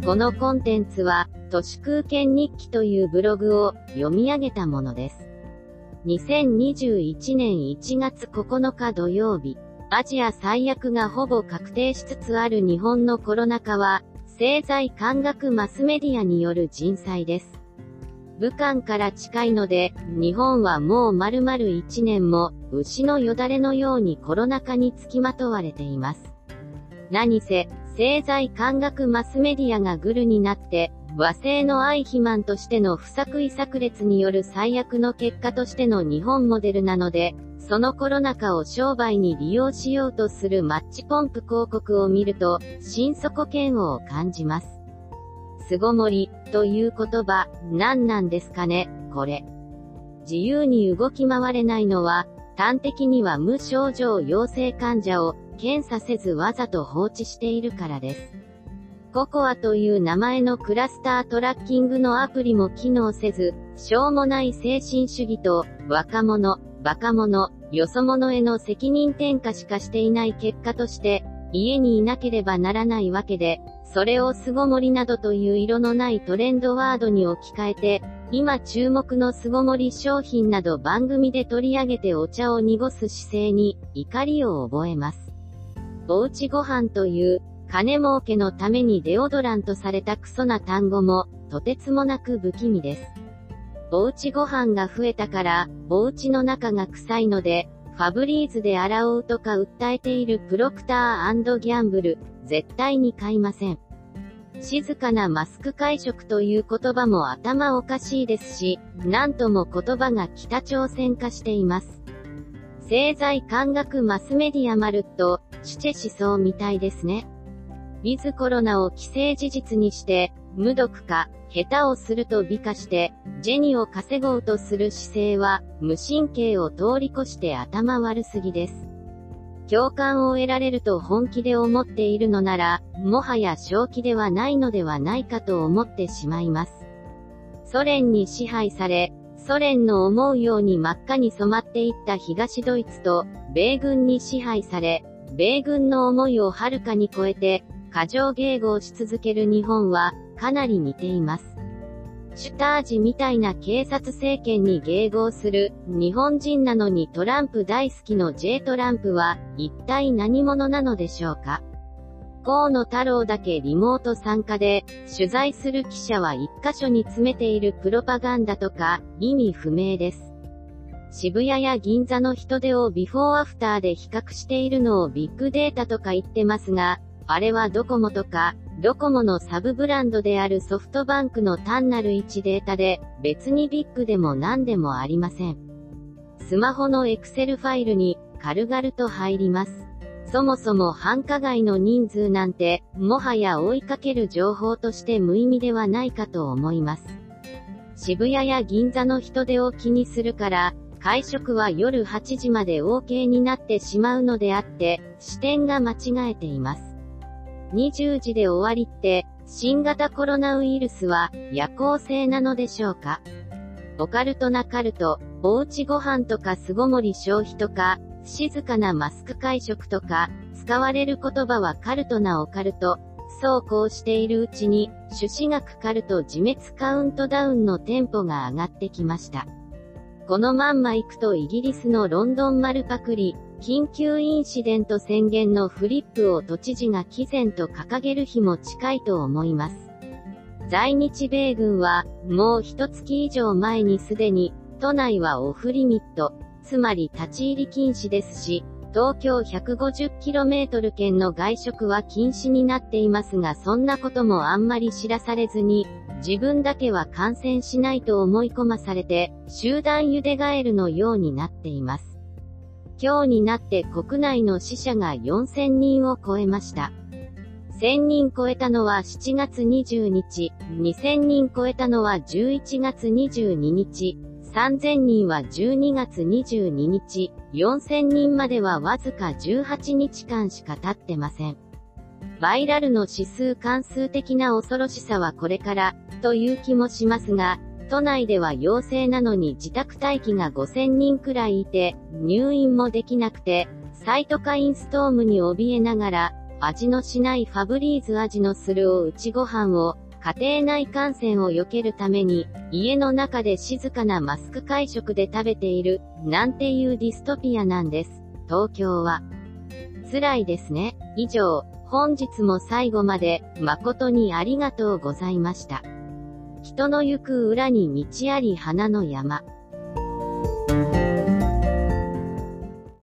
このコンテンツは、都市空間日記というブログを読み上げたものです。2021年1月9日土曜日、アジア最悪がほぼ確定しつつある日本のコロナ禍は、政財官学マスメディアによる人災です。武漢から近いので、日本はもう丸々1年も、牛のよだれのようにコロナ禍につきまとわれています。何せ、政財官学マスメディアがグルになって、和製の愛肥満としての不作為炸裂による最悪の結果としての日本モデルなので、そのコロナ禍を商売に利用しようとするマッチポンプ広告を見ると、心底嫌悪を感じます。巣ごもり、という言葉、何なんですかね、これ。自由に動き回れないのは、端的には無症状陽性患者を検査せずわざと放置しているからです。ココアという名前のクラスタートラッキングのアプリも機能せず、しょうもない精神主義と、若者、バカ者、よそ者への責任転嫁しかしていない結果として、家にいなければならないわけで、それを巣ごもりなどという色のないトレンドワードに置き換えて、今注目の巣ごもり商品など番組で取り上げてお茶を濁す姿勢に怒りを覚えます。おうちご飯という金儲けのためにデオドラントされたクソな単語もとてつもなく不気味です。おうちご飯が増えたからおうちの中が臭いのでファブリーズで洗おうとか訴えているプロクター&ギャンブル、絶対に買いません。静かなマスク会食という言葉も頭おかしいですし、なんとも言葉が北朝鮮化しています。政財官学マスメディアまるっと、シュチェ思想みたいですね。ウィズコロナを既成事実にして、無毒化、下手をすると美化して、ジェニを稼ごうとする姿勢は、無神経を通り越して頭悪すぎです。共感を得られると本気で思っているのなら、もはや正気ではないのではないかと思ってしまいます。ソ連に支配され、ソ連の思うように真っ赤に染まっていった東ドイツと、米軍に支配され、米軍の思いをはるかに超えて、過剰迎合し続ける日本は、かなり似ています。シュタージみたいな警察政権に迎合する、日本人なのにトランプ大好きの J トランプは、一体何者なのでしょうか。河野太郎だけリモート参加で、取材する記者は一箇所に詰めているプロパガンダとか、意味不明です。渋谷や銀座の人出をビフォーアフターで比較しているのをビッグデータとか言ってますが、あれはドコモとか、ドコモのサブブランドであるソフトバンクの単なる1データで、別にビッグでも何でもありません。スマホの Excel ファイルに軽々と入ります。そもそも繁華街の人数なんて、もはや追いかける情報として無意味ではないかと思います。渋谷や銀座の人出を気にするから、会食は夜8時まで OK になってしまうのであって、視点が間違えています。20時で終わりって、新型コロナウイルスは夜行性なのでしょうか。オカルトなカルト、おうちご飯とか巣ごもり消費とか、静かなマスク会食とか、使われる言葉はカルトなオカルト。そうこうしているうちに、朱子学カルト自滅カウントダウンのテンポが上がってきました。このまんま行くとイギリスのロンドン丸パクリ、緊急インシデント宣言のフリップを都知事が毅然と掲げる日も近いと思います。在日米軍は、もう1月以上前にすでに、都内はオフリミット、つまり立ち入り禁止ですし、東京 150km 圏の外食は禁止になっていますがそんなこともあんまり知らされずに、自分だけは感染しないと思い込まされて、集団ゆでガエルのようになっています。今日になって国内の死者が4000人を超えました。1000人超えたのは7月20日、2000人超えたのは11月22日、3000人は12月22日、4000人まではわずか18日間しか経ってません。バイラルの指数関数的な恐ろしさはこれから、という気もしますが、都内では陽性なのに自宅待機が5000人くらいいて、入院もできなくて、サイトカインストームに怯えながら、 味のしないファブリーズ味のするおうちご飯を、家庭内感染を避けるために、家の中で静かなマスク会食で食べている、なんていうディストピアなんです。東京は。辛いですね。以上、本日も最後まで、誠にありがとうございました。人の行く裏に道あり花の山。